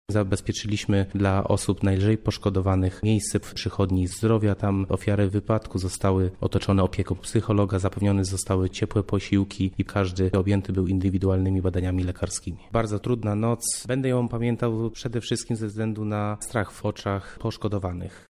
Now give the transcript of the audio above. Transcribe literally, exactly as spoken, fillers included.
Zabezpieczyliśmy dla osób najlżej poszkodowanych miejsce w przychodni zdrowia. Tam ofiary wypadku zostały otoczone opieką psychologa, zapewnione zostały ciepłe posiłki i każdy objęty był indywidualnymi badaniami lekarskimi. Bardzo trudna noc. Będę ją pamiętał przede wszystkim ze względu na strach w oczach poszkodowanych.